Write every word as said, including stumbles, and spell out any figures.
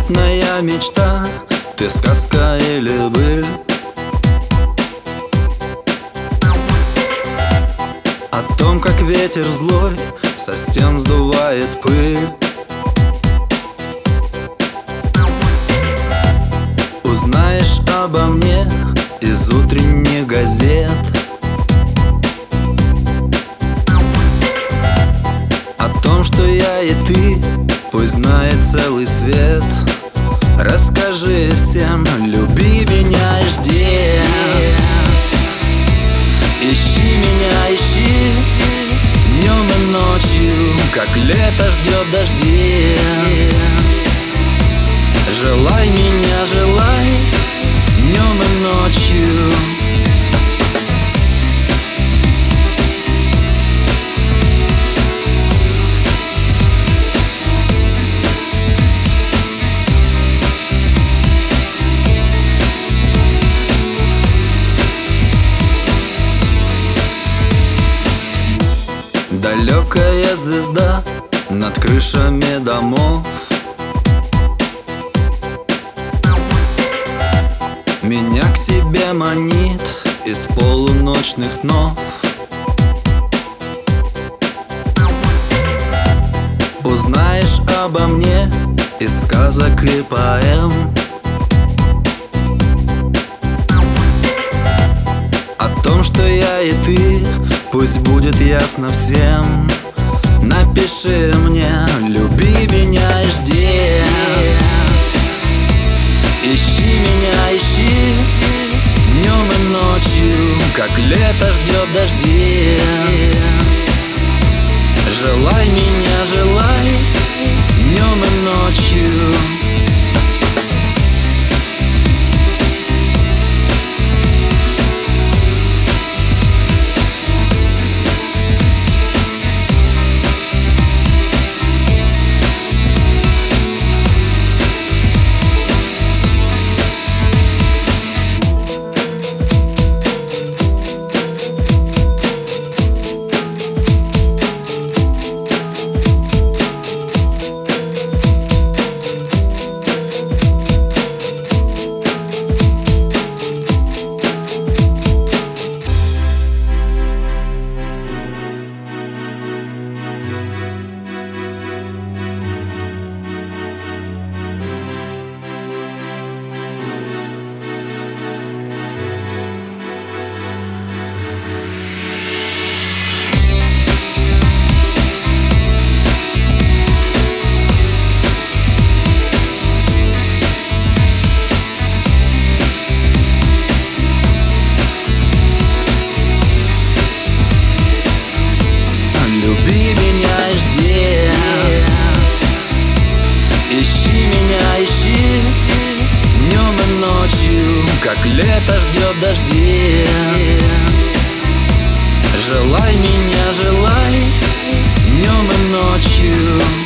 Незаветная мечта, ты сказка или быль? О том, как ветер злой со стен сдувает пыль. Узнаешь обо мне из утренних газет. О том, что я и ты, пусть знает целый свет. Расскажи всем, люби меня и жди. Ищи меня, ищи днем и ночью, как лето ждет дожди. Желай меня, желай днем и ночью. Далекая звезда над крышами домов меня к себе манит из полуночных снов. Узнаешь обо мне из сказок и поэм. О том, что я и ты, пусть будет ясно всем. Напиши мне, люби меня и жди. Ищи меня, ищи днем и ночью, как лето ждет дожди. Желай меня, желай днем и ночью. Люби меня и жди. Ищи меня, ищи днем и ночью, как лето ждет дожди. Желай меня, желай днем и ночью.